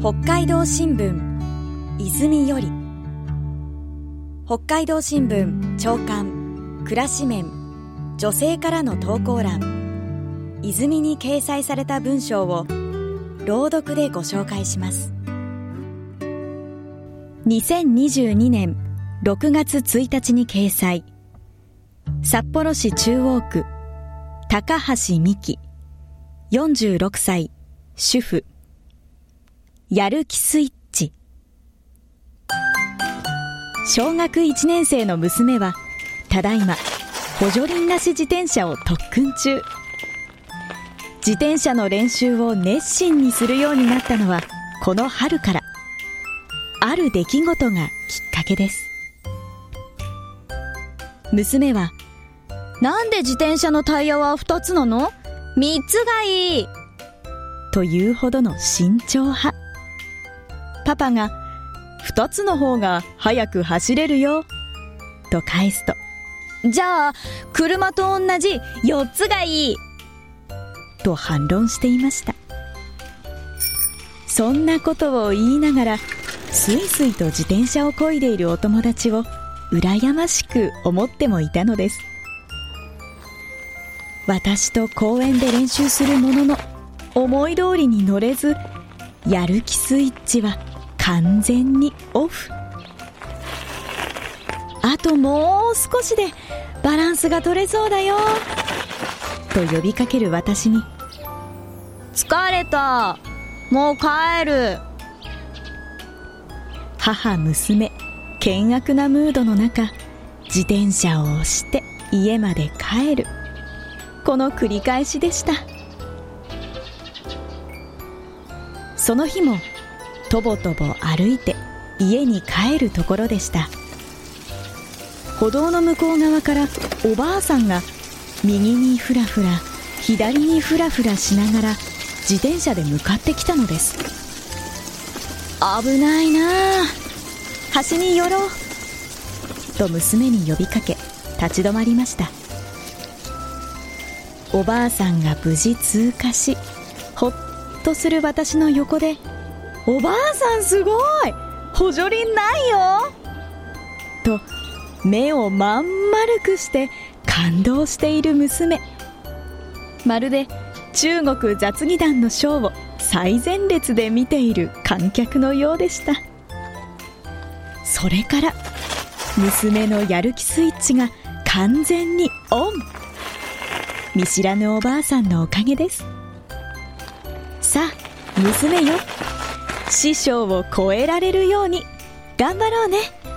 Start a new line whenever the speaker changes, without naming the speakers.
北海道新聞泉より、北海道新聞朝刊暮らし面女性からの投稿欄、泉に掲載された文章を朗読でご紹介します。2022年6月1日に掲載。札幌市中央区高橋美希、46歳主婦。やる気スイッチ。小学1年生の娘はただいま補助輪なし自転車を特訓中。自転車の練習を熱心にするようになったのはこの春から。ある出来事がきっかけです。娘は、なんで自転車のタイヤは2つなの？3つがいいというほどの慎重派。パパが、2つの方が速く走れるよと返すと、じゃあ車と同じ4つがいいと反論していました。そんなことを言いながらスイスイと自転車を漕いでいるお友達を羨ましく思ってもいたのです。私と公園で練習するものの思い通りに乗れず、やる気スイッチは完全にオフ。あともう少しでバランスが取れそうだよと呼びかける私に、疲れた、もう帰る。母娘険悪なムードの中、自転車を押して家まで帰る、この繰り返しでした。その日もとぼとぼ歩いて家に帰るところでした。歩道の向こう側からおばあさんが右にふらふら左にふらふらしながら自転車で向かってきたのです。危ないなあ、端に寄ろうと娘に呼びかけ立ち止まりました。おばあさんが無事通過し、ほっとする私の横で、おばあさんすごい、補助輪ないよと目をまん丸くして感動している娘。まるで中国雑技団のショーを最前列で見ている観客のようでした。それから娘のやる気スイッチが完全にオン。見知らぬおばあさんのおかげです。さあ娘よ、師匠を超えられるように頑張ろうね。